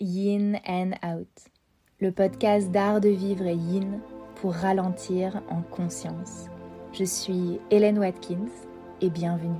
Yin and Out, le podcast d'art de vivre et yin pour ralentir en conscience. Je suis Hélène Watkins et bienvenue.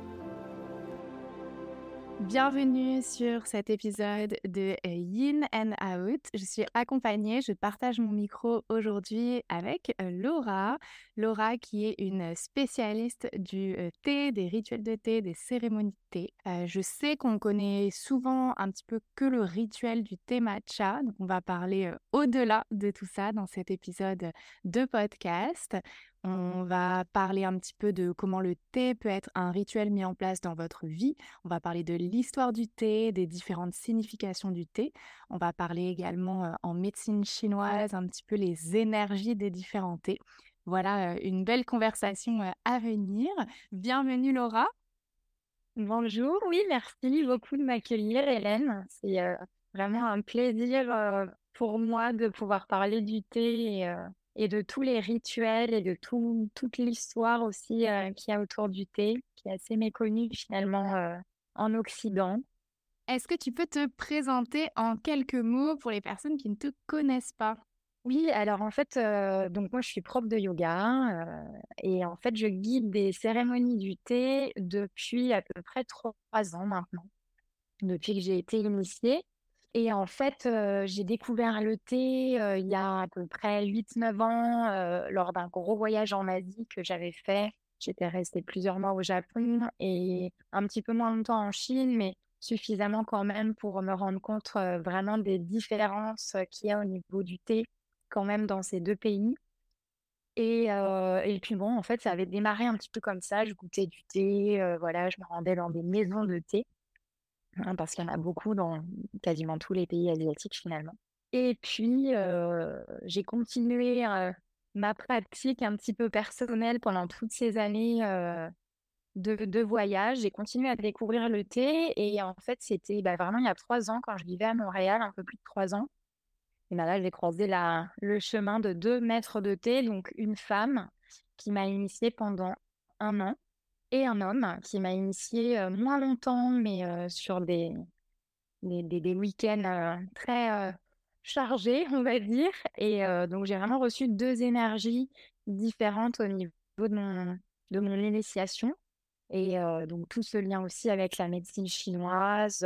Bienvenue sur cet épisode de Yin and Out. Je suis accompagnée, je partage mon micro aujourd'hui avec Laura. Laura qui est une spécialiste du thé, des rituels de thé, des cérémonies de thé. Je sais qu'on connaît souvent un petit peu que le rituel du thé matcha. Donc on va parler au-delà de tout ça dans cet épisode de podcast. On va parler un petit peu de comment le thé peut être un rituel mis en place dans votre vie. On va parler de l'histoire du thé, des différentes significations du thé. On va parler également en médecine chinoise, un petit peu les énergies des différents thés. Voilà, une belle conversation à venir. Bienvenue Laura. Bonjour, oui, merci beaucoup de m'accueillir, Hélène. C'est vraiment un plaisir pour moi de pouvoir parler du thé et de tous les rituels et de toute l'histoire aussi qu'il y a autour du thé, qui est assez méconnue finalement en Occident. Est-ce que tu peux te présenter en quelques mots pour les personnes qui ne te connaissent pas? Oui, alors en fait, donc moi je suis prof de yoga et en fait je guide des cérémonies du thé depuis à peu près 3 ans maintenant, depuis que j'ai été initiée. Et en fait, j'ai découvert le thé, il y a à peu près 8-9 ans, lors d'un gros voyage en Asie que j'avais fait. J'étais restée plusieurs mois au Japon et un petit peu moins longtemps en Chine, mais suffisamment quand même pour me rendre compte, vraiment des différences, qu'il y a au niveau du thé quand même dans ces 2 pays. Et puis bon, en fait, ça avait démarré un petit peu comme ça. Je goûtais du thé, voilà, je me rendais dans des maisons de thé. Hein, parce qu'il y en a beaucoup dans quasiment tous les pays asiatiques finalement. Et puis, j'ai continué ma pratique un petit peu personnelle pendant toutes ces années de voyage. J'ai continué à découvrir le thé et en fait, c'était vraiment il y a 3 ans quand je vivais à Montréal, un peu plus de 3 ans. Et là, j'ai croisé le chemin de 2 maîtres de thé, donc une femme qui m'a initiée pendant un an et un homme qui m'a initiée moins longtemps, mais sur des week-ends très chargés, on va dire. Et donc, j'ai vraiment reçu 2 énergies différentes au niveau de mon initiation. Et donc, tout ce lien aussi avec la médecine chinoise,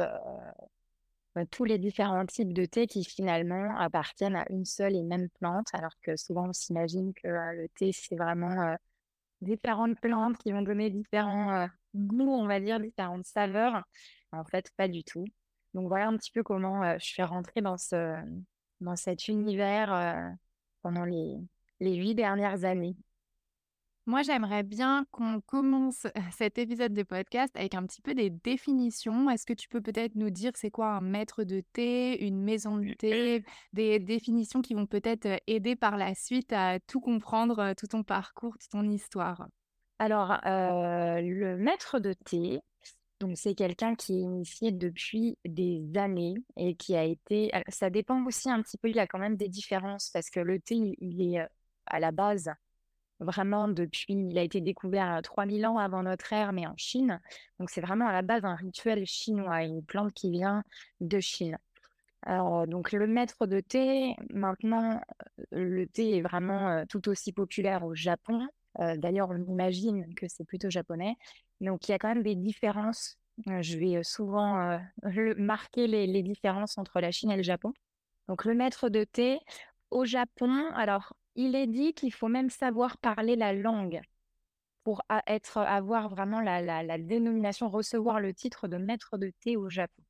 tous les différents types de thé qui finalement appartiennent à une seule et même plante, alors que souvent on s'imagine que le thé, c'est vraiment différentes plantes qui vont donner différents goûts, on va dire, différentes saveurs. En fait, pas du tout. Donc voilà un petit peu comment je suis rentrée dans cet univers pendant les 8 dernières années. Moi, j'aimerais bien qu'on commence cet épisode de podcast avec un petit peu des définitions. Est-ce que tu peux peut-être nous dire c'est quoi un maître de thé, une maison de thé, des définitions qui vont peut-être aider par la suite à tout comprendre, tout ton parcours, toute ton histoire? Alors, le maître de thé, donc c'est quelqu'un qui est initié depuis des années et qui a été... Ça dépend aussi un petit peu, il y a quand même des différences parce que le thé, il est à la base vraiment depuis... Il a été découvert 3000 ans avant notre ère, mais en Chine. Donc c'est vraiment à la base un rituel chinois, une plante qui vient de Chine. Alors, donc le maître de thé, maintenant, le thé est vraiment tout aussi populaire au Japon. D'ailleurs, on imagine que c'est plutôt japonais. Donc, il y a quand même des différences. Je vais souvent marquer les différences entre la Chine et le Japon. Donc, le maître de thé, au Japon, alors, il est dit qu'il faut même savoir parler la langue pour avoir vraiment la dénomination, recevoir le titre de maître de thé au Japon.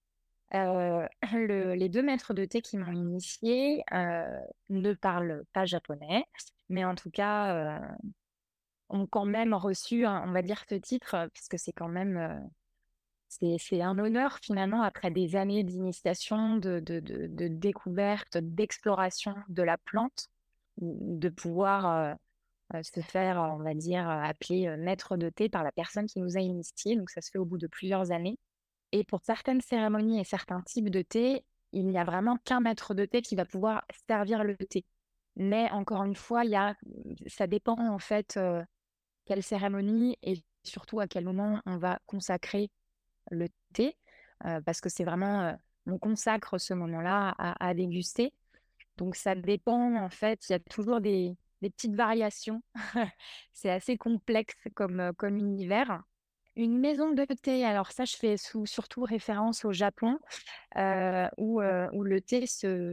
Les 2 maîtres de thé qui m'ont initiée ne parlent pas japonais, mais en tout cas, ont quand même reçu, on va dire, ce titre, puisque c'est quand même c'est un honneur finalement après des années d'initiation, de découverte, d'exploration de la plante, de pouvoir se faire, on va dire, appeler maître de thé par la personne qui nous a initiés. Donc ça se fait au bout de plusieurs années. Et pour certaines cérémonies et certains types de thé, il n'y a vraiment qu'un maître de thé qui va pouvoir servir le thé. Mais encore une fois, ça dépend en fait quelle cérémonie et surtout à quel moment on va consacrer le thé, parce que c'est vraiment on consacre ce moment-là à déguster. Donc ça dépend, en fait, il y a toujours des petites variations. C'est assez complexe comme univers. Une maison de thé, alors ça, je fais surtout référence au Japon, où le thé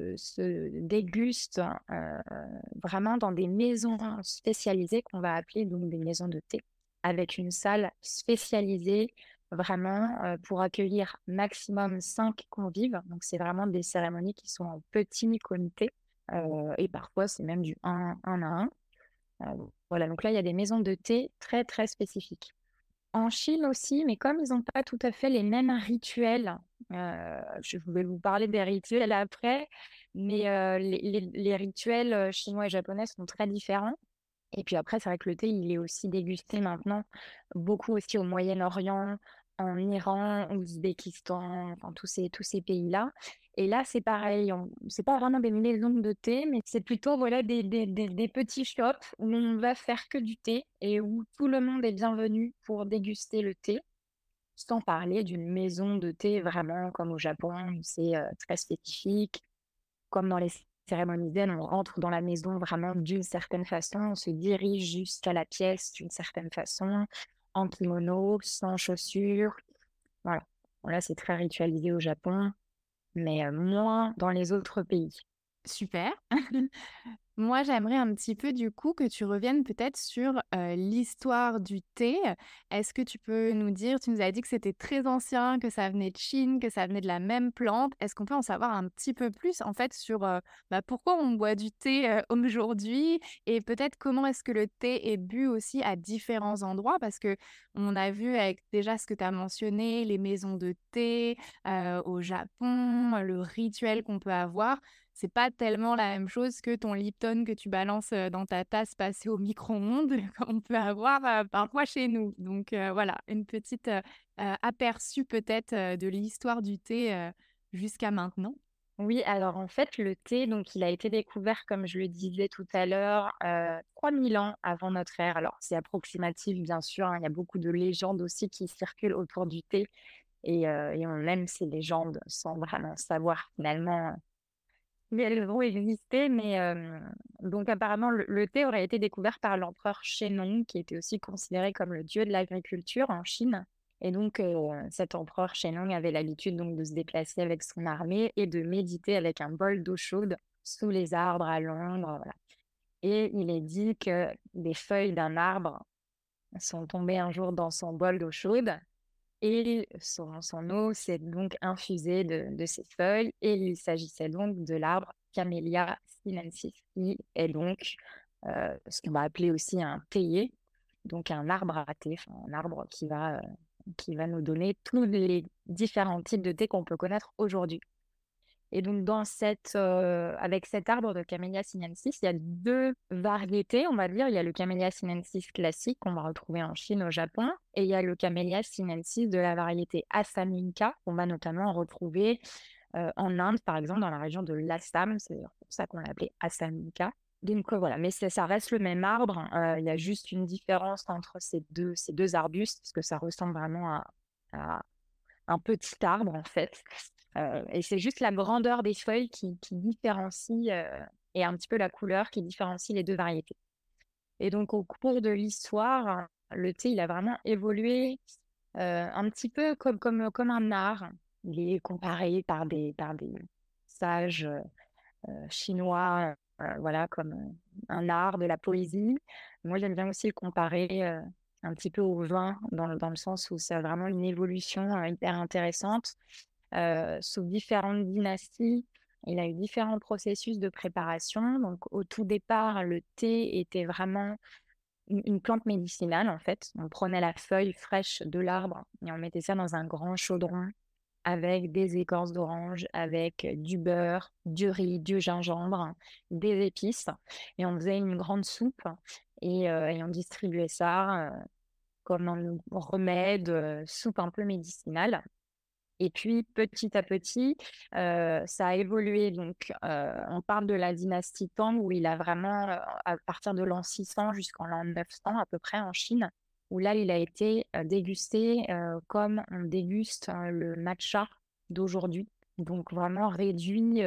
se déguste, vraiment dans des maisons spécialisées qu'on va appeler donc des maisons de thé, avec une salle spécialisée vraiment, pour accueillir maximum 5 convives. Donc c'est vraiment des cérémonies qui sont en petit comité, et parfois c'est même du un à un. Voilà, donc là, il y a des maisons de thé très, très spécifiques. En Chine aussi, mais comme ils ont pas tout à fait les mêmes rituels, je vais vous parler des rituels après, mais les rituels, chinois et japonais sont très différents. Et puis après, c'est vrai que le thé, il est aussi dégusté maintenant beaucoup aussi au Moyen-Orient, en Iran, au Ouzbékistan, enfin tous ces pays-là. Et là, c'est pareil, c'est pas vraiment des maisons de thé, mais c'est plutôt voilà des petits shops où on va faire que du thé et où tout le monde est bienvenu pour déguster le thé, sans parler d'une maison de thé vraiment comme au Japon, où c'est très spécifique. Comme dans les cérémonies zen, on rentre dans la maison vraiment d'une certaine façon, on se dirige jusqu'à la pièce d'une certaine façon, en kimono, sans chaussures. Voilà. Bon, là, c'est très ritualisé au Japon, mais moins dans les autres pays. Super. Moi, j'aimerais un petit peu du coup que tu reviennes peut-être sur, l'histoire du thé. Est-ce que tu peux nous dire tu nous as dit que c'était très ancien, que ça venait de Chine, que ça venait de la même plante. Est-ce qu'on peut en savoir un petit peu plus en fait sur, pourquoi on boit du thé, aujourd'hui? Et peut-être comment est-ce que le thé est bu aussi à différents endroits? Parce que on a vu avec déjà ce que tu as mentionné, les maisons de thé, au Japon, le rituel qu'on peut avoir. C'est pas tellement la même chose que ton Lipton que tu balances, dans ta tasse passée au micro-ondes qu'on peut avoir, parfois chez nous. Donc voilà, une petite, aperçu peut-être, de l'histoire du thé, jusqu'à maintenant. Oui, alors en fait, le thé, donc il a été découvert, comme je le disais tout à l'heure, 3000 ans avant notre ère. Alors c'est approximatif, bien sûr, hein, il y a beaucoup de légendes aussi qui circulent autour du thé et on aime ces légendes sans vraiment savoir finalement. Mais elles vont exister, mais donc apparemment le thé aurait été découvert par l'empereur Shennong, qui était aussi considéré comme le dieu de l'agriculture en Chine. Et donc cet empereur Shennong avait l'habitude donc de se déplacer avec son armée et de méditer avec un bol d'eau chaude sous les arbres à l'ombre, voilà. Et il est dit que des feuilles d'un arbre sont tombées un jour dans son bol d'eau chaude et son eau s'est donc infusée de ces feuilles et il s'agissait donc de l'arbre Camellia sinensis, qui est donc ce qu'on va appeler aussi un théier, donc un arbre à thé, enfin, un arbre qui va nous donner tous les différents types de thé qu'on peut connaître aujourd'hui. Et donc, avec cet arbre de Camellia sinensis, il y a deux variétés, on va dire. Il y a le Camellia sinensis classique qu'on va retrouver en Chine, au Japon, et il y a le Camellia sinensis de la variété Assam qu'on va notamment retrouver en Inde, par exemple, dans la région de l'Assam. C'est d'ailleurs pour ça qu'on l'appelait Assam. Donc voilà, mais ça reste le même arbre. Il y a juste une différence entre ces deux arbustes, parce que ça ressemble vraiment à un petit arbre en fait. Et c'est juste la grandeur des feuilles qui différencie et un petit peu la couleur qui différencie les deux variétés. Et donc au cours de l'histoire, le thé il a vraiment évolué un petit peu comme un art. Il est comparé par des sages chinois, voilà, comme un art de la poésie. Moi, j'aime bien aussi le comparer un petit peu au vin, dans le sens où c'est vraiment une évolution hyper intéressante. Sous différentes dynasties, il a eu différents processus de préparation. Donc, au tout départ, le thé était vraiment une plante médicinale, en fait. On prenait la feuille fraîche de l'arbre et on mettait ça dans un grand chaudron avec des écorces d'orange, avec du beurre, du riz, du gingembre, des épices. Et on faisait une grande soupe et on distribuait ça comme un remède, soupe un peu médicinale. Et puis, petit à petit, ça a évolué. Donc, on parle de la dynastie Tang, où il a vraiment, à partir de l'an 600 jusqu'en l'an 900 à peu près en Chine, où là, il a été dégusté comme on déguste le matcha d'aujourd'hui. donc vraiment réduit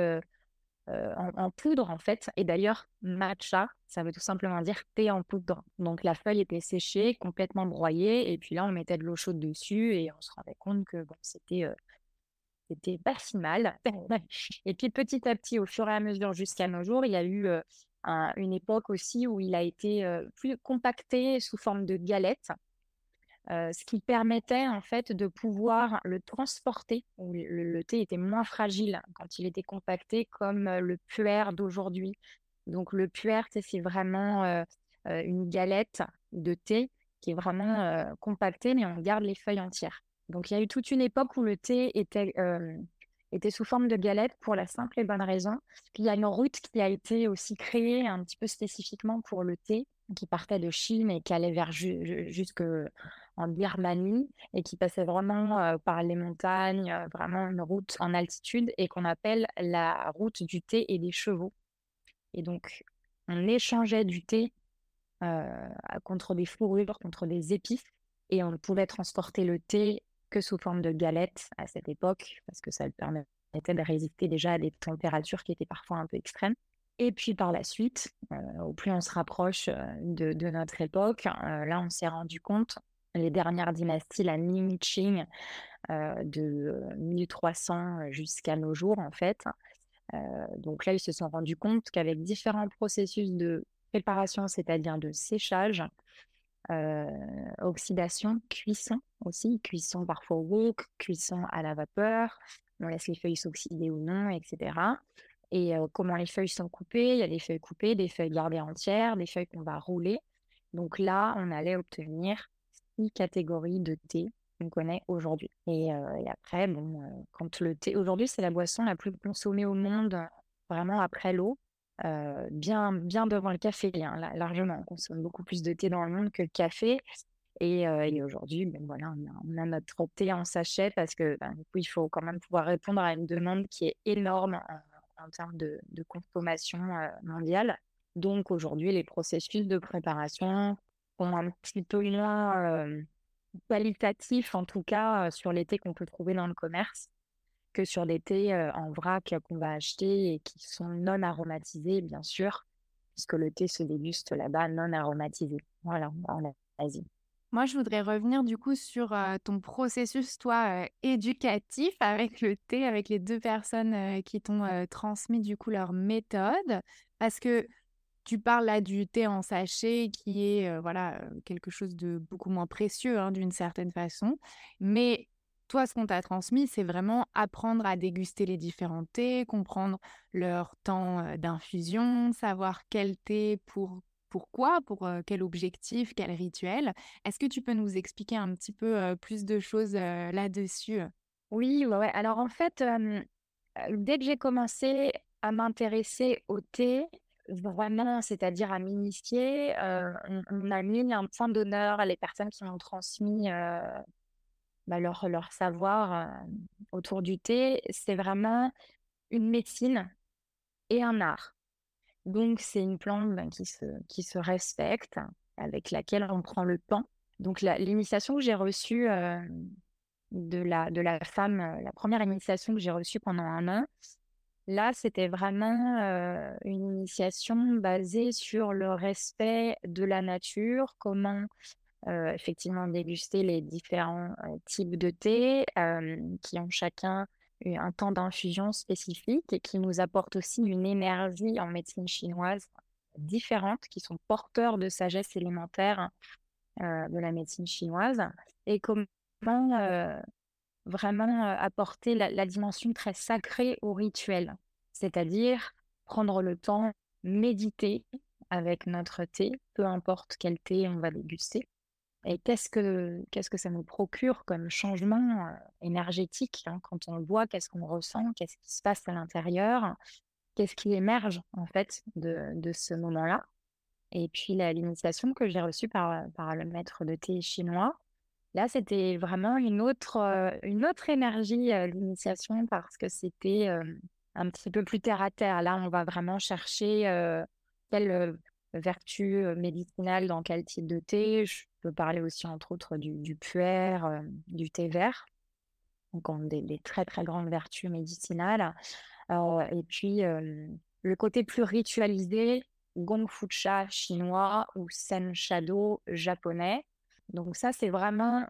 en poudre en fait. Et d'ailleurs, matcha, ça veut tout simplement dire thé en poudre. Donc la feuille était séchée, complètement broyée, et puis là on mettait de l'eau chaude dessus et on se rendait compte que bon, c'était pas si mal. Et puis petit à petit, au fur et à mesure jusqu'à nos jours, il y a eu une époque aussi où il a été plus compacté sous forme de galettes. Ce qui permettait en fait de pouvoir le transporter, où le thé était moins fragile quand il était compacté comme le pu'er d'aujourd'hui. Donc le pu'er, tu sais, c'est vraiment une galette de thé qui est vraiment compactée, mais on garde les feuilles entières. Donc il y a eu toute une époque où le thé était sous forme de galette pour la simple et bonne raison. Puis il y a une route qui a été aussi créée un petit peu spécifiquement pour le thé, qui partait de Chine et qui allait vers jusque en Birmanie et qui passait vraiment par les montagnes, vraiment une route en altitude et qu'on appelle la route du thé et des chevaux. Et donc, on échangeait du thé contre des fourrures, contre des épices, et on ne pouvait transporter le thé que sous forme de galette à cette époque, parce que ça le permettait de résister déjà à des températures qui étaient parfois un peu extrêmes. Et puis par la suite, au plus on se rapproche de notre époque, là on s'est rendu compte, les dernières dynasties, la Ming Qing, de 1300 jusqu'à nos jours en fait. Donc là, ils se sont rendus compte qu'avec différents processus de préparation, c'est-à-dire de séchage, euh, oxydation, cuisson aussi, cuisson parfois au wok, cuisson à la vapeur, on laisse les feuilles s'oxyder ou non, etc. Et comment les feuilles sont coupées, il y a des feuilles coupées, des feuilles gardées entières, des feuilles qu'on va rouler. Donc là, on allait obtenir 6 catégories de thé qu'on connaît aujourd'hui. Et après, bon, quand le thé, aujourd'hui, c'est la boisson la plus consommée au monde, vraiment après l'eau. Bien devant le café, hein, largement. On consomme beaucoup plus de thé dans le monde que le café. Et aujourd'hui, ben voilà, on a notre thé en sachet parce que ben, du coup, il faut quand même pouvoir répondre à une demande qui est énorme en termes de consommation mondiale. Donc aujourd'hui, les processus de préparation sont un petit peu moins qualitatifs, en tout cas sur les thés qu'on peut trouver dans le commerce, que sur des thés en vrac qu'on va acheter et qui sont non aromatisés, bien sûr, puisque le thé se déguste là-bas non aromatisé. Voilà, en Asie. Moi, je voudrais revenir du coup sur ton processus, toi, éducatif avec le thé, avec les 2 personnes qui t'ont transmis du coup leur méthode. Parce que tu parles là du thé en sachet qui est voilà, quelque chose de beaucoup moins précieux, hein, d'une certaine façon. Mais toi, ce qu'on t'a transmis, c'est vraiment apprendre à déguster les différents thés, comprendre leur temps d'infusion, savoir quel thé pourquoi, pour quel objectif, quel rituel. Est-ce que tu peux nous expliquer un petit peu plus de choses là-dessus? Oui, ouais, ouais. Alors en fait, dès que j'ai commencé à m'intéresser au thé, vraiment, c'est-à-dire à m'initier, on a mis un point d'honneur à les personnes qui m'ont transmis leur savoir autour du thé. C'est vraiment une médecine et un art. Donc, c'est une plante ben, qui se respecte, avec laquelle on prend le temps. Donc, l'initiation que j'ai reçue de la femme, la première initiation que j'ai reçue pendant un an, là, c'était vraiment une initiation basée sur le respect de la nature, comment effectivement déguster les différents types de thé qui ont chacun eu un temps d'infusion spécifique et qui nous apportent aussi une énergie en médecine chinoise différente, qui sont porteurs de sagesse élémentaire de la médecine chinoise, et comment vraiment apporter la dimension très sacrée au rituel, c'est-à-dire prendre le temps, méditer avec notre thé, peu importe quel thé on va déguster, et qu'est-ce que ça nous procure comme changement énergétique, hein, quand on le voit, qu'est-ce qu'on ressent, qu'est-ce qui se passe à l'intérieur, qu'est-ce qui émerge en fait de ce moment-là. Et puis l'initiation que j'ai reçue par le maître de thé chinois, là c'était vraiment une autre énergie, l'initiation, parce que c'était un petit peu plus terre à terre. Là, on va vraiment chercher quelle vertu médicinale dans quel type de thé. Je peux parler aussi entre autres du pu'er, du thé vert. donc ont des très, très grandes vertus médicinales. Et puis, le côté plus ritualisé, Gong Fu Cha chinois ou Sen Shado japonais. Donc ça, c'est vraiment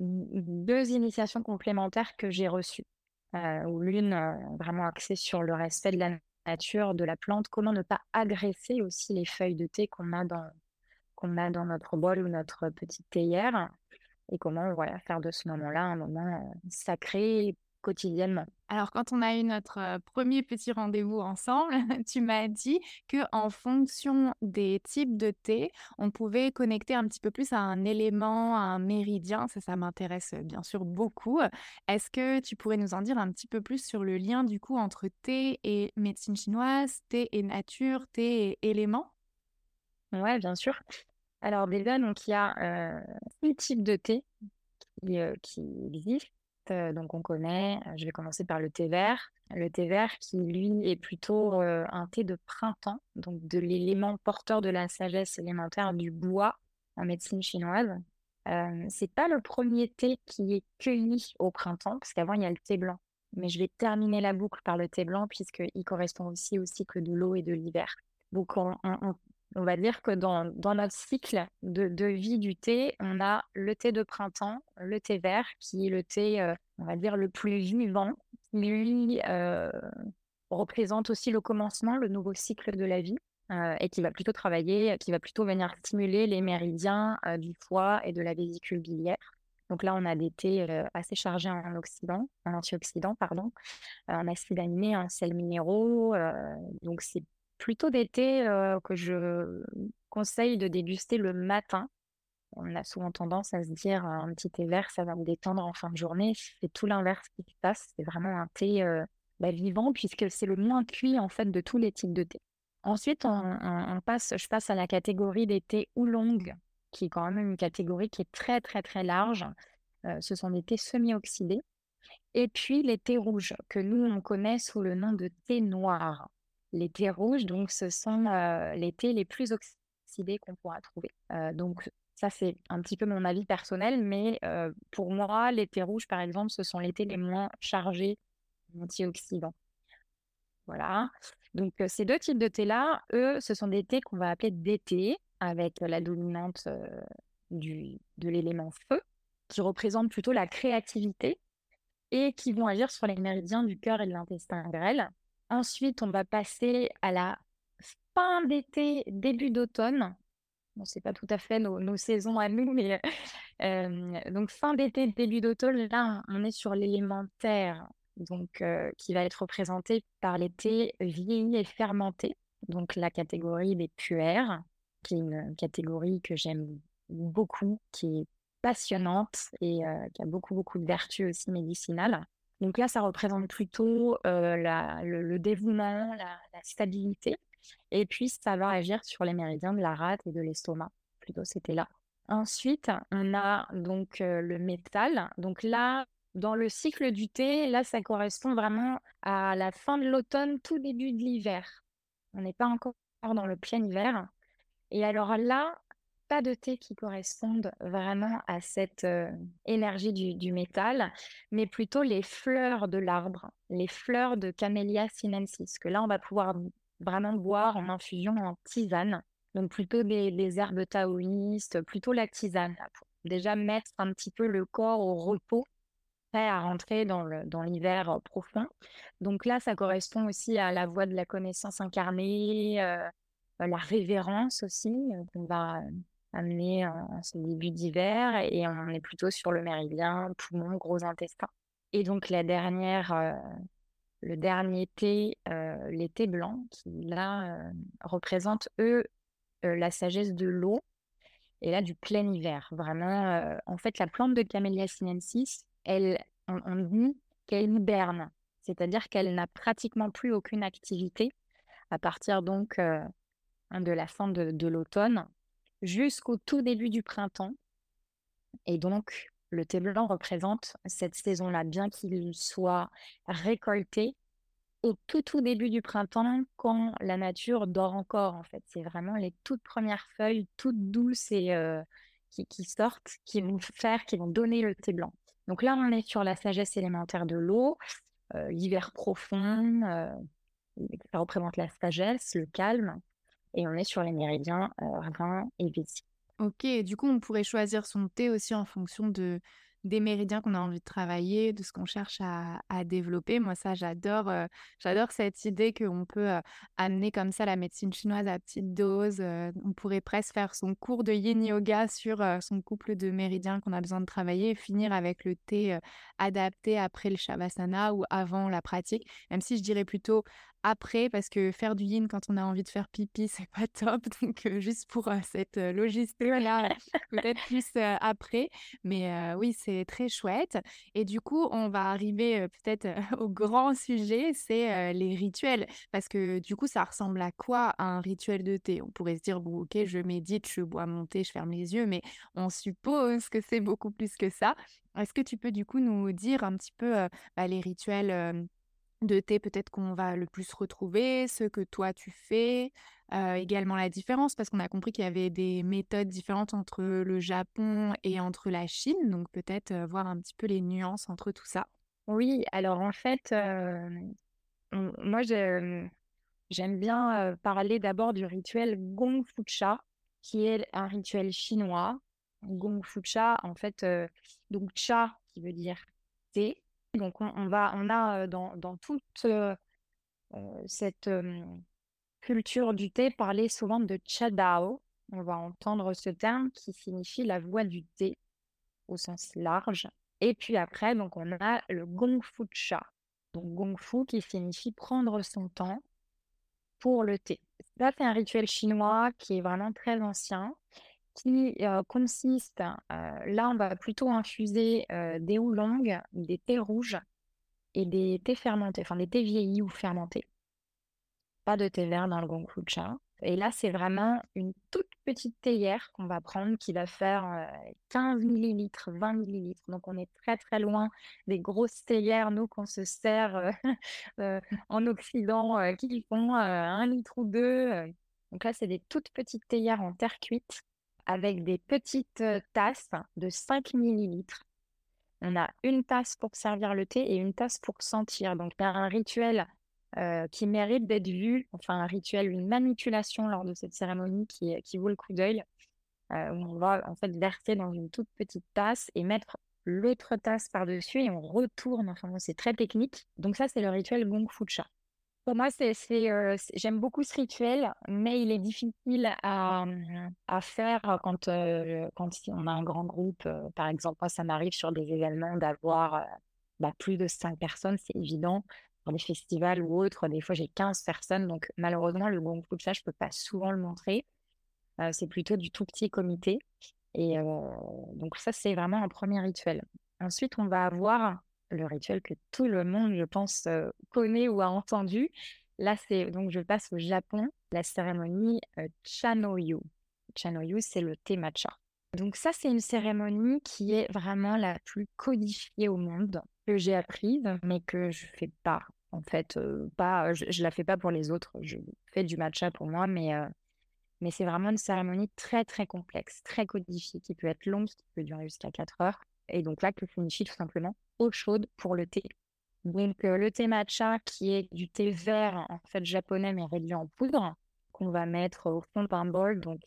2 initiations complémentaires que j'ai reçues, où l'une, vraiment axée sur le respect de la nature, de la plante, comment ne pas agresser aussi les feuilles de thé qu'on a dans notre bol ou notre petite théière et comment, voilà, faire de ce moment-là un moment, sacré quotidiennement. Alors, quand on a eu notre 1er petit rendez-vous ensemble, tu m'as dit que en fonction des types de thé, on pouvait connecter un petit peu plus à un élément, à un méridien. Ça m'intéresse, bien sûr beaucoup. Est-ce que tu pourrais nous en dire un petit peu plus sur le lien, du coup, entre thé et médecine chinoise, thé et nature, thé et éléments? Ouais, bien sûr. Alors déjà, donc il y a, 6 types de thé qui existent. Donc on connaît, je vais commencer par le thé vert. Le thé vert qui, lui, est plutôt, un thé de printemps, donc de l'élément porteur de la sagesse élémentaire du bois en médecine chinoise. C'est pas le premier thé qui est cueilli au printemps, parce qu'avant il y a le thé blanc. Mais je vais terminer la boucle par le thé blanc puisqu'il correspond aussi au cycle de l'eau et de l'hiver. Donc on va dire que dans notre cycle de vie du thé, on a le thé de printemps, le thé vert, qui est le thé, on va dire, le plus vivant, qui lui représente aussi le commencement, le nouveau cycle de la vie, et qui va plutôt travailler, qui va plutôt venir stimuler les méridiens du foie et de la vésicule biliaire. Donc là, on a des thés assez chargés en antioxydants, pardon, en acides aminés, en sels minéraux. Donc c'est plutôt des thés que je conseille de déguster le matin. On a souvent tendance à se dire un petit thé vert, ça va me détendre en fin de journée. C'est tout l'inverse qui se passe. C'est vraiment un thé vivant puisque c'est le moins cuit en fait de tous les types de thé. Ensuite, je passe à la catégorie des thés oolong, qui est quand même une catégorie qui est très très très large. Ce sont des thés semi-oxydés. Et puis les thés rouges, que nous, on connaît sous le nom de thé noir. Les thés rouges, donc, ce sont les thés les plus oxydés qu'on pourra trouver. Donc, ça, c'est un petit peu mon avis personnel, mais pour moi, les thés rouges, par exemple, ce sont les thés les moins chargés en antioxydants. Voilà. Donc, ces 2 types de thés-là, eux, ce sont des thés qu'on va appeler d'été, avec la dominante de l'élément feu, qui représente plutôt la créativité et qui vont agir sur les méridiens du cœur et de l'intestin grêle. Ensuite, on va passer à la fin d'été, début d'automne. Bon, c'est pas tout à fait nos saisons à nous, mais donc fin d'été, début d'automne, là, on est sur l'élément terre, donc qui va être représenté par les thés vieillis et fermentés, donc la catégorie des puères, qui est une catégorie que j'aime beaucoup, qui est passionnante et qui a beaucoup, beaucoup de vertus aussi médicinales. Donc là, ça représente plutôt le dévouement, la stabilité. Et puis, ça va agir sur les méridiens de la rate et de l'estomac. Plutôt, c'était là. Ensuite, on a donc le métal. Donc là, dans le cycle du thé, là, ça correspond vraiment à la fin de l'automne, tout début de l'hiver. On n'est pas encore dans le plein hiver. Et alors là, pas de thé qui correspondent vraiment à cette énergie du métal, mais plutôt les fleurs de l'arbre, les fleurs de Camellia sinensis, que là, on va pouvoir vraiment boire en infusion, en tisane. Donc plutôt des herbes taoïstes, plutôt la tisane, là, pour déjà mettre un petit peu le corps au repos, prêt à rentrer dans l'hiver profond. Donc là, ça correspond aussi à la voie de la connaissance incarnée, la révérence aussi, qu'on va amener en ce début d'hiver, et on est plutôt sur le méridien, poumon, gros intestin. Et donc le dernier thé, les thés blancs, qui là représentent eux la sagesse de l'eau, et là du plein hiver. Vraiment, en fait, la plante de Camellia sinensis, on dit qu'elle hiberne, c'est-à-dire qu'elle n'a pratiquement plus aucune activité à partir donc de la fin de l'automne jusqu'au tout début du printemps. Et donc, le thé blanc représente cette saison-là, bien qu'il soit récolté au tout début du printemps, quand la nature dort encore, en fait. C'est vraiment les toutes premières feuilles, toutes douces et qui sortent, qui vont donner le thé blanc. Donc là, on est sur la sagesse élémentaire de l'eau, l'hiver profond, ça représente la sagesse, le calme, et on est sur les méridiens rein et vessie. OK, du coup, on pourrait choisir son thé aussi en fonction des méridiens qu'on a envie de travailler, de ce qu'on cherche à développer. Moi, ça, j'adore cette idée qu'on peut, amener comme ça la médecine chinoise à petite dose. On pourrait presque faire son cours de yin yoga sur, son couple de méridiens qu'on a besoin de travailler et finir avec le thé, adapté après le shavasana ou avant la pratique. Même si je dirais plutôt après, parce que faire du yin quand on a envie de faire pipi, c'est pas top. Donc, juste pour, cette, logistique-là, peut-être plus, après. Mais, oui, c'est très chouette et du coup, on va arriver, peut-être, au grand sujet, c'est, les rituels. Parce que du coup, ça ressemble à quoi un rituel de thé? On pourrait se dire: «Bon, OK, je médite, je bois mon thé, je ferme les yeux», mais on suppose que c'est beaucoup plus que ça. Est-ce que tu peux du coup nous dire un petit peu, les rituels, de thé peut-être qu'on va le plus retrouver, ceux que toi tu fais, également la différence parce qu'on a compris qu'il y avait des méthodes différentes entre le Japon et entre la Chine, donc peut-être, voir un petit peu les nuances entre tout ça? Oui, alors en fait, moi j'aime bien, parler d'abord du rituel Gong Fu Cha, qui est un rituel chinois. Gong Fu Cha, en fait, donc cha qui veut dire thé. Donc on a, dans toute, cette, culture du thé parler souvent de Cha Dao. On va entendre ce terme qui signifie la voix du thé au sens large. Et puis après, donc on a le Gong Fu Cha. Donc Gong Fu qui signifie prendre son temps pour le thé. Ça, c'est un rituel chinois qui est vraiment très ancien, qui consiste, là, on va plutôt infuser des oolongs, des thés rouges et des thés fermentés, enfin des thés vieillis ou fermentés. Pas de thé vert dans le Gongfu-cha. Et là, c'est vraiment une toute petite théière qu'on va prendre qui va faire 15 millilitres, 20 millilitres. Donc, on est très, très loin des grosses théières, nous, qu'on se sert en Occident, qui font 1 litre ou deux. Donc là, c'est des toutes petites théières en terre cuite avec des petites tasses de 5 millilitres. On a une tasse pour servir le thé et une tasse pour sentir. Donc, il y a un rituel qui mérite d'être vu, enfin un rituel, une manipulation lors de cette cérémonie qui vaut le coup d'œil, où on va en fait verser dans une toute petite tasse et mettre l'autre tasse par-dessus et on retourne. Enfin, bon, c'est très technique. Donc ça, c'est le rituel Gong Fu Cha. Pour moi, j'aime beaucoup ce rituel, mais il est difficile à faire quand on a un grand groupe. Par exemple, moi, ça m'arrive sur des événements d'avoir plus de 5 personnes, c'est évident. Pour des festivals ou autres, des fois, j'ai 15 personnes. Donc, malheureusement, le Gong Fu Cha, je ne peux pas souvent le montrer. C'est plutôt du tout petit comité. Et donc ça, c'est vraiment un premier rituel. Ensuite, on va avoir le rituel que tout le monde, je pense, connaît ou a entendu. Là, donc je passe au Japon, la cérémonie Chanoyu. Chanoyu, c'est le thé matcha. Donc ça, c'est une cérémonie qui est vraiment la plus codifiée au monde, que j'ai apprise, mais que je fais pas. En fait, pas, je la fais pas pour les autres. Je fais du matcha pour moi, mais c'est vraiment une cérémonie très, très complexe, très codifiée, qui peut être longue, qui peut durer jusqu'à 4 heures. Et donc là, que signifie tout simplement eau chaude pour le thé. Donc le thé matcha, qui est du thé vert, en fait japonais, mais réduit en poudre, qu'on va mettre au fond d'un bol, donc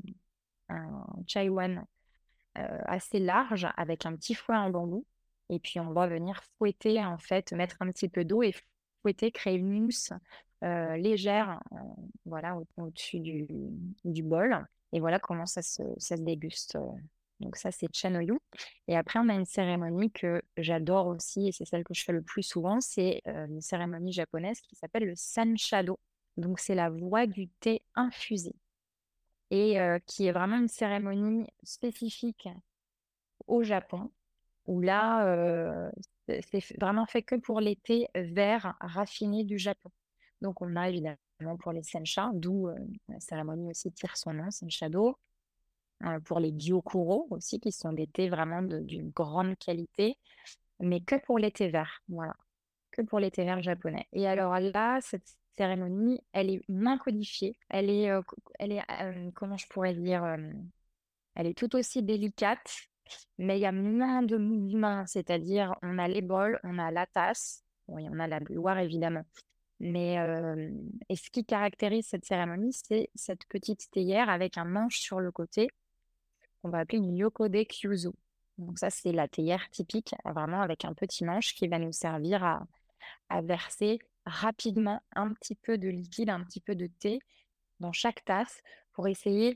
un chaiwan assez large, avec un petit fouet en bambou. Et puis on va venir fouetter, en fait, mettre un petit peu d'eau et fouetter, créer une mousse légère, voilà, au-dessus du bol. Et voilà comment ça se déguste. Donc ça, c'est Chanoyu. Et après, on a une cérémonie que j'adore aussi, et c'est celle que je fais le plus souvent, c'est une cérémonie japonaise qui s'appelle le Sanshado. Donc c'est la voie du thé infusé. Et qui est vraiment une cérémonie spécifique au Japon, où là, c'est vraiment fait que pour les thés verts raffinés du Japon. Donc, on a évidemment pour les sencha, d'où la cérémonie aussi tire son nom, senshado. Pour les gyokuro aussi, qui sont des thés vraiment d'une grande qualité, mais que pour les thés verts, voilà, que pour les thés verts japonais. Et alors là, cette cérémonie, elle est moins codifiée, elle est, comment je pourrais dire, elle est tout aussi délicate, mais il y a moins de mouvements, c'est-à-dire on a les bols, on a la tasse, oui, on a la bouilloire évidemment. Mais et ce qui caractérise cette cérémonie, c'est cette petite théière avec un manche sur le côté qu'on va appeler une yokode kyuzu. Donc ça, c'est la théière typique, vraiment avec un petit manche qui va nous servir à verser rapidement un petit peu de liquide, un petit peu de thé dans chaque tasse pour essayer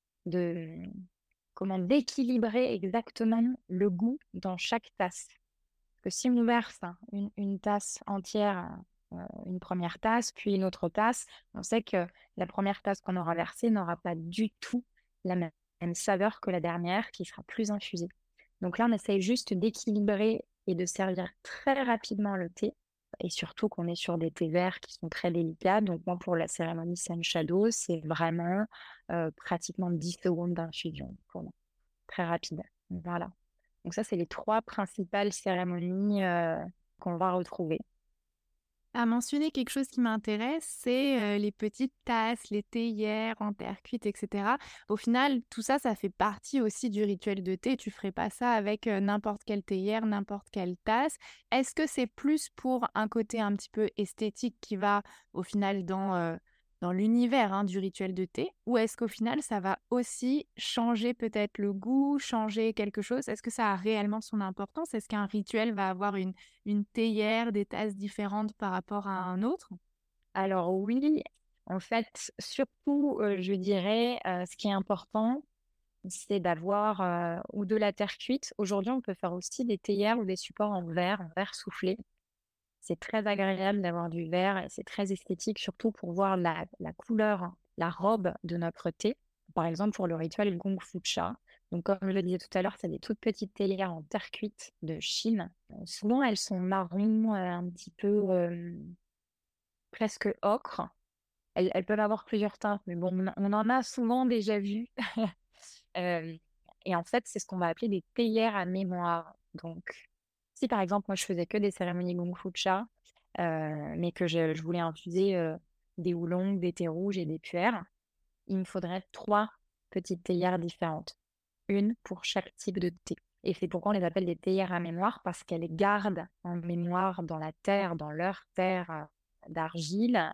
de d'équilibrer exactement le goût dans chaque tasse. Que si on verse une tasse entière, une première tasse, puis une autre tasse, on sait que la première tasse qu'on aura versée n'aura pas du tout la même saveur que la dernière, qui sera plus infusée. Donc là, on essaye juste d'équilibrer et de servir très rapidement le thé, et surtout qu'on est sur des thés verts qui sont très délicats. Donc moi, pour la cérémonie Sun Shadow, c'est vraiment pratiquement 10 secondes d'infusion pour moi, très rapide. Voilà. Donc ça, c'est les 3 principales cérémonies, qu'on va retrouver. Tu as mentionné quelque chose qui m'intéresse, c'est, les petites tasses, les théières en terre cuite et cetera. Au final, tout ça, ça fait partie aussi du rituel de thé. Tu ferais pas ça avec, n'importe quelle théière, n'importe quelle tasse. Est-ce que c'est plus pour un côté un petit peu esthétique qui va, au final, dans l'univers, hein, du rituel de thé? Ou est-ce qu'au final, ça va aussi changer peut-être le goût, changer quelque chose? Est-ce que ça a réellement son importance? Est-ce qu'un rituel va avoir une théière, des tasses différentes par rapport à un autre? Alors oui, en fait, surtout, je dirais, ce qui est important, c'est d'avoir, ou de la terre cuite. Aujourd'hui, on peut faire aussi des théières ou des supports en verre soufflé. C'est très agréable d'avoir du verre et c'est très esthétique, surtout pour voir la couleur, la robe de notre thé. Par exemple, pour le rituel Gong Fu Cha. Donc, comme je le disais tout à l'heure, c'est des toutes petites théières en terre cuite de Chine. Souvent, elles sont marron, un petit peu presque ocre. Elles peuvent avoir plusieurs teintes, mais bon, on en a souvent déjà vu. Euh, et en fait, c'est ce qu'on va appeler des théières à mémoire. Donc, si par exemple, moi, je faisais que des cérémonies Gong Fu Cha, mais que je voulais infuser des oolongs, des thés rouges et des puers, il me faudrait 3 petites théières différentes, une pour chaque type de thé. Et c'est pourquoi on les appelle des théières à mémoire, parce qu'elles gardent en mémoire dans la terre, dans leur terre d'argile,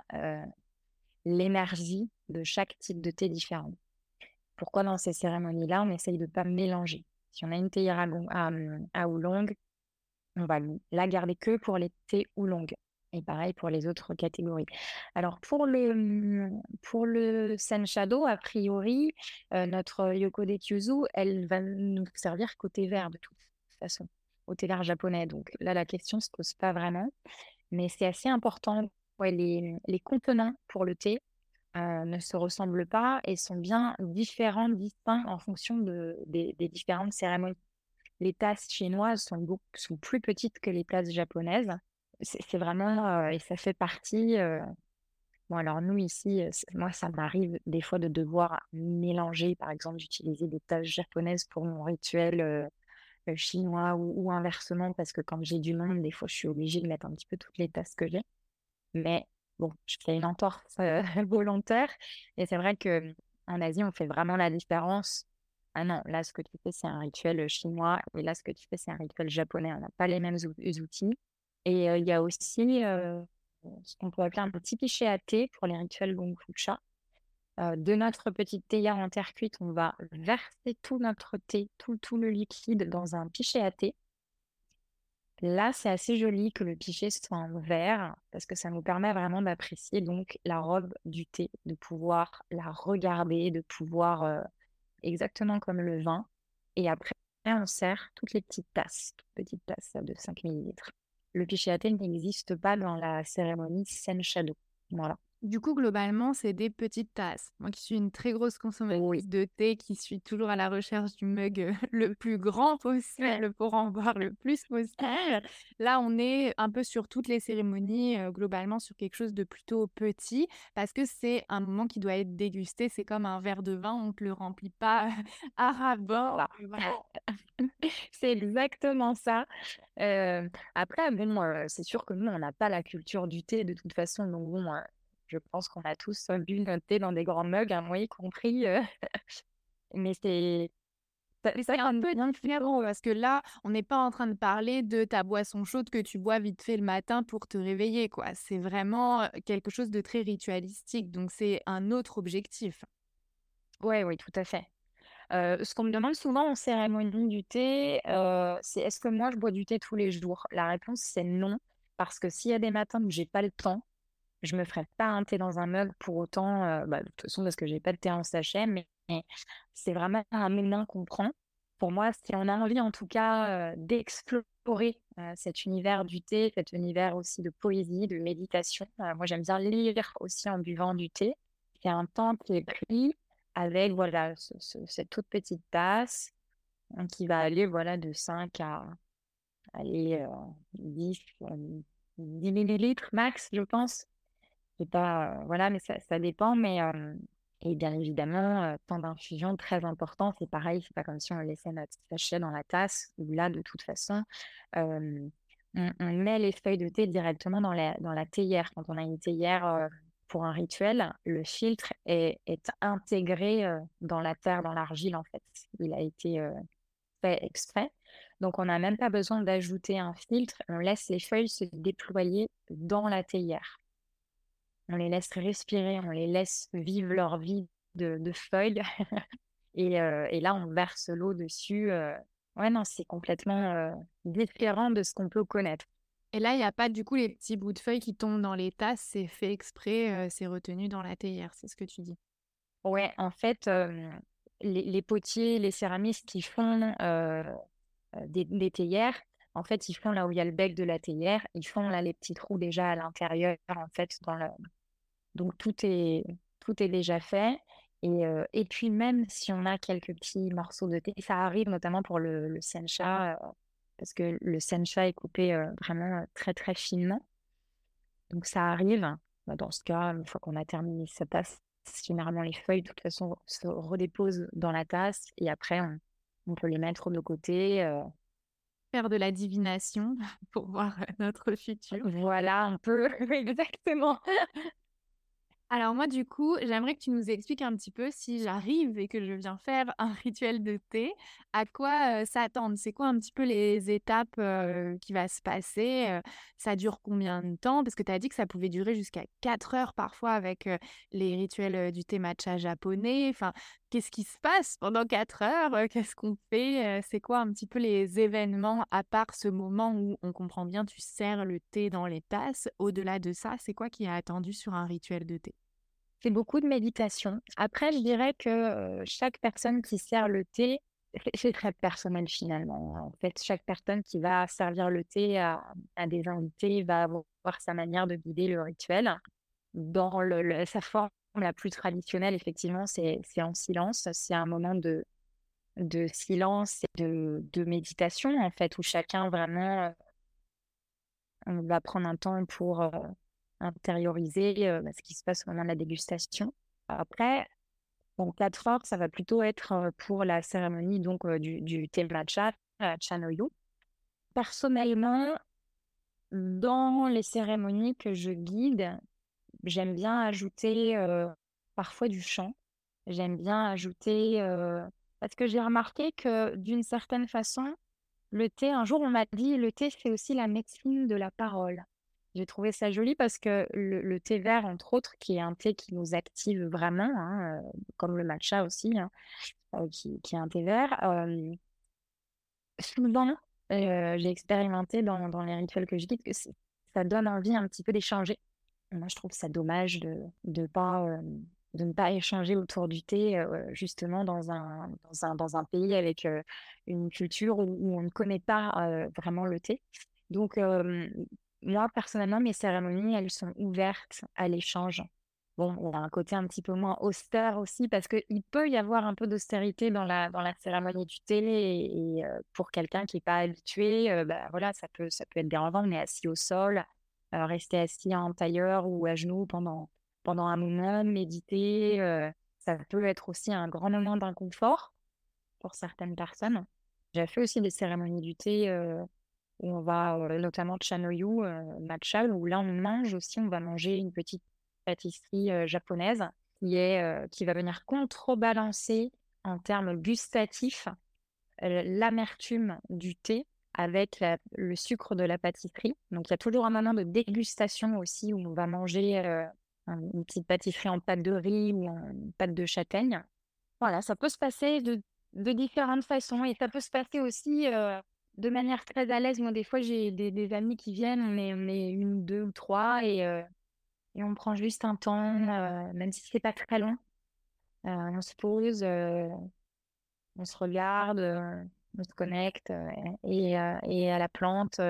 l'énergie de chaque type de thé différent. Pourquoi dans ces cérémonies-là, on essaye de ne pas mélanger. Si on a une théière à oolong, on va la garder que pour les thés oolong. Et pareil pour les autres catégories. Alors pour le Sen Shadow, a priori, notre Yokode Kyuzu, elle va nous servir qu'au thé vert de toute façon, au thé vert japonais. Donc là, la question ne se pose pas vraiment. Mais c'est assez important. Ouais, les contenants pour le thé ne se ressemblent pas et sont bien différents, distincts en fonction des différentes cérémonies. Les tasses chinoises sont plus petites que les tasses japonaises. C'est vraiment, et ça fait partie. Bon, alors nous ici, moi, ça m'arrive des fois de devoir mélanger, par exemple, d'utiliser des tasses japonaises pour mon rituel chinois ou inversement, parce que quand j'ai du monde, des fois, je suis obligée de mettre un petit peu toutes les tasses que j'ai. Mais bon, je fais une entorse volontaire. Et c'est vrai que en Asie, on fait vraiment la différence. Ah non, là, ce que tu fais, c'est un rituel chinois. Et là, ce que tu fais, c'est un rituel japonais. On n'a pas les mêmes outils. Et il y a aussi ce qu'on peut appeler un petit pichet à thé pour les rituels Gong Fu Cha. De notre petite théière en terre cuite, on va verser tout notre thé, tout le liquide dans un pichet à thé. Là, c'est assez joli que le pichet soit en verre parce que ça nous permet vraiment d'apprécier donc la robe du thé, de pouvoir la regarder, de pouvoir exactement comme le vin. Et après, on sert toutes les petites tasses de 5 millilitres. Le pichet à thé n'existe pas dans la cérémonie Sen Shadow. Voilà. Du coup, globalement, c'est des petites tasses. Moi qui suis une très grosse Oui. consommatrice de thé, qui suis toujours à la recherche du mug le plus grand possible pour en boire le plus possible. Là, on est un peu sur toutes les cérémonies, globalement sur quelque chose de plutôt petit, parce que c'est un moment qui doit être dégusté. C'est comme un verre de vin, on ne te le remplit pas à ras-bord. Voilà. C'est exactement ça. Après, bon, c'est sûr que nous, on n'a pas la culture du thé de toute façon. Donc bon, je pense qu'on a tous bu notre thé dans des grands mugs, hein, moi y compris. Mais Ça C'est un peu bien différent parce que là, on n'est pas en train de parler de ta boisson chaude que tu bois vite fait le matin pour te réveiller, quoi. C'est vraiment, quelque chose de très ritualistique, donc c'est un autre objectif. ouais, oui, tout à fait. Ce qu'on me demande souvent en cérémonie du thé, c'est: «Est-ce que moi je bois du thé tous les jours?» La réponse c'est non, parce que s'il y a des matins où j'ai pas le temps, je me ferai pas un thé dans un mug pour autant, de toute façon parce que j'ai pas de thé en sachet, mais c'est vraiment un ménin qu'on prend. Pour moi, si on a envie en tout cas, d'explorer, cet univers du thé, cet univers aussi de poésie, de méditation, moi j'aime bien lire aussi en buvant du thé. C'est un temps qui est pris avec voilà cette toute petite tasse, qui va aller voilà de 5 à allez, 10, 10 millilitres max, je pense. C'est pas, voilà, mais ça dépend, mais et bien évidemment, temps d'infusion très important. C'est pareil, c'est pas comme si on laissait notre sachet dans la tasse où là, de toute façon, hem, on met les feuilles de thé directement dans la théière. Quand on a une théière, pour un rituel, le filtre est intégré, dans la terre, dans l'argile, en fait. Il a été, fait exprès. Donc on n'a même pas besoin d'ajouter un filtre, on laisse les feuilles se déployer dans la théière. On les laisse respirer, on les laisse vivre leur vie de feuilles et là, on verse l'eau dessus, ouais, non, c'est complètement, différent de ce qu'on peut connaître. Et là, il y a pas du coup les petits bouts de feuilles qui tombent dans les tasses, c'est fait exprès, c'est retenu dans la théière, c'est ce que tu dis? Ouais, en fait, les potiers, les céramistes qui font, des théières, en fait, ils font là où il y a le bec de la théière, ils font là les petits trous déjà à l'intérieur, en fait, donc tout est déjà fait et puis même si on a quelques petits morceaux de thé, ça arrive notamment pour le sencha, parce que le sencha est coupé, vraiment, très, très finement. Donc ça arrive. Bah, dans ce cas, une fois qu'on a terminé sa tasse, généralement les feuilles de toute façon se redéposent dans la tasse et après on peut les mettre de côté, Faire de la divination pour voir, notre futur. voilà un peu exactement. Alors moi, du coup, j'aimerais que tu nous expliques un petit peu si j'arrive et que je viens faire un rituel de thé, à quoi, s'attendre? C'est quoi un petit peu les étapes, qui va se passer? Ça dure combien de temps? Parce que tu as dit que ça pouvait durer jusqu'à 4 heures parfois avec, les rituels, du thé matcha japonais. Enfin, qu'est-ce qui se passe pendant 4 heures? Qu'est-ce qu'on fait? C'est quoi un petit peu les événements à part ce moment où on comprend bien, tu sers le thé dans les tasses? Au-delà de ça, c'est quoi qui est attendu sur un rituel de thé? C'est beaucoup de méditation. Après, je dirais que, chaque personne qui sert le thé, c'est très personnel finalement. En fait, chaque personne qui va servir le thé à des invités va avoir sa manière de guider le rituel. Dans sa forme la plus traditionnelle, effectivement, c'est en silence. C'est un moment de silence et de méditation, en fait, où chacun vraiment, on va prendre un temps pour, intérioriser, ce qui se passe au moment de la dégustation. Après, donc 4 heures, ça va plutôt être, pour la cérémonie donc, du thé matcha, Chanoyu. Personnellement, dans les cérémonies que je guide, j'aime bien ajouter, parfois du chant. J'aime bien ajouter, parce que j'ai remarqué que d'une certaine façon, le thé un jour on m'a dit: «Le thé, c'est aussi la médecine de la parole». J'ai trouvé ça joli parce que le thé vert, entre autres, qui est un thé qui nous active vraiment, hein, comme le matcha aussi, hein, qui est un thé vert, souvent, j'ai expérimenté dans les rituels que je guide que ça donne envie un petit peu d'échanger. Moi, je trouve ça dommage de ne pas échanger autour du thé, justement dans un pays avec, une culture où on ne connaît pas, vraiment le thé. Donc, moi, personnellement, mes cérémonies, elles sont ouvertes à l'échange. Bon, il y a un côté un petit peu moins austère aussi parce qu'il peut y avoir un peu d'austérité dans la cérémonie du thé et pour quelqu'un qui est pas habitué, bah, voilà, ça peut être dérangeant. On est assis au sol, rester assis en tailleur ou à genoux pendant un moment, méditer, ça peut être aussi un grand moment d'inconfort pour certaines personnes. J'ai fait aussi des cérémonies du thé, où on va, notamment Chanoyu, matcha, où là on mange aussi, on va manger une petite pâtisserie, japonaise qui va venir contrebalancer en termes gustatifs, l'amertume du thé avec le sucre de la pâtisserie. Donc il y a toujours un moment de dégustation aussi où on va manger une petite pâtisserie en pâte de riz ou en pâte de châtaigne. Voilà, ça peut se passer de différentes façons et ça peut se passer aussi de manière très à l'aise. Moi, des fois, j'ai des amis qui viennent, on est 1 ou 2 ou 3 et on prend juste un temps, même si c'est pas très long. On se pose, on se regarde, on se connecte, et à la plante,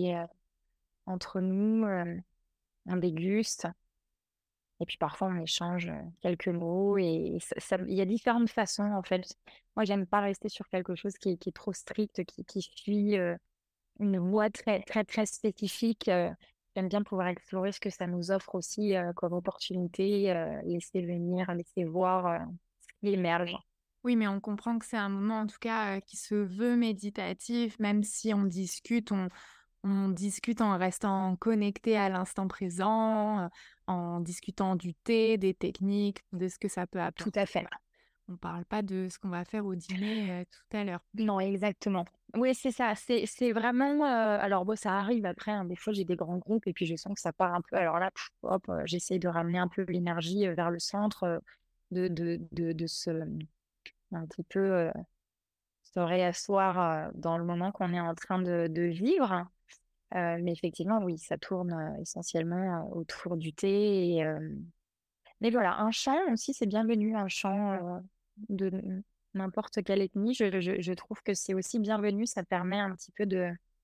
entre nous, on déguste et puis parfois on échange, quelques mots et ça il y a différentes façons en fait. Moi, j'aime pas rester sur quelque chose qui est trop strict, qui suit, une voie très, très, très spécifique. J'aime bien pouvoir explorer ce que ça nous offre aussi, comme opportunité, laisser venir, laisser voir, ce qui émerge. Oui, mais on comprend que c'est un moment, en tout cas, qui se veut méditatif, même si on discute, on discute en restant connecté à l'instant présent, en discutant du thé, des techniques, de ce que ça peut Tout apporter. à fait. Voilà. On parle pas de ce qu'on va faire au dîner, tout à l'heure. Non, exactement. Oui, c'est ça. C'est vraiment, alors bon, ça arrive après, hein, des fois, j'ai des grands groupes et puis je sens que ça part un peu. Alors là, hop, j'essaye de ramener un peu l'énergie, vers le centre, de se un petit peu, se réasseoir, dans le moment qu'on est en train de vivre. Mais effectivement, oui, ça tourne, essentiellement, autour du thé mais voilà, un chant aussi, c'est bienvenu, un chant, de n'importe quelle ethnie. Je trouve que c'est aussi bienvenu, ça permet un petit peu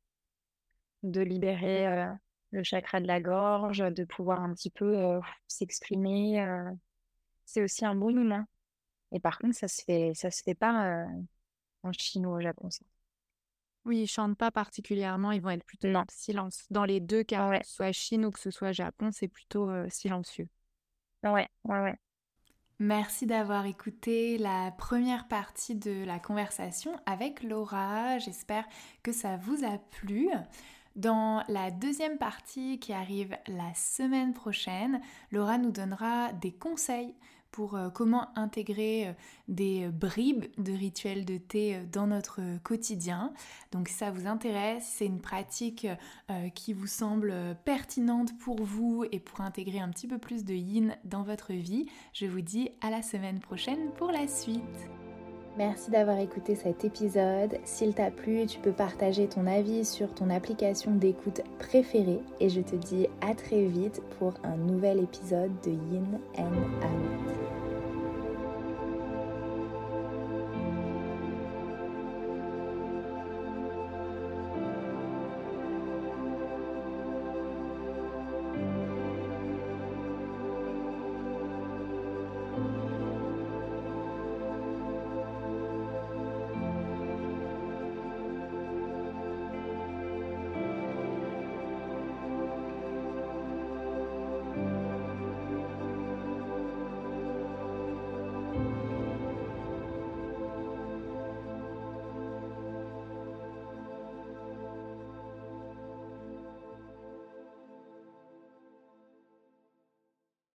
de libérer, le chakra de la gorge, de pouvoir un petit peu, s'exprimer, c'est aussi un bon moment et par contre, ça se fait pas, en Chine ou au Japon, ça. Oui, ils chantent pas particulièrement, ils vont être plutôt dans Non, le silence. Dans les 2 cas, ouais, que ce soit Chine ou que ce soit Japon, c'est plutôt, silencieux. ouais, ouais, ouais. Merci d'avoir écouté la première partie de la conversation avec Laura. J'espère que ça vous a plu. Dans la deuxième partie qui arrive la semaine prochaine, Laura nous donnera des conseils pour comment intégrer des bribes de rituels de thé dans notre quotidien. Donc si ça vous intéresse, c'est une pratique qui vous semble pertinente pour vous et pour intégrer un petit peu plus de yin dans votre vie, je vous dis à la semaine prochaine pour la suite. Merci d'avoir écouté cet épisode. S'il t'a plu, tu peux partager ton avis sur ton application d'écoute préférée et je te dis à très vite pour un nouvel épisode de Yin and Out.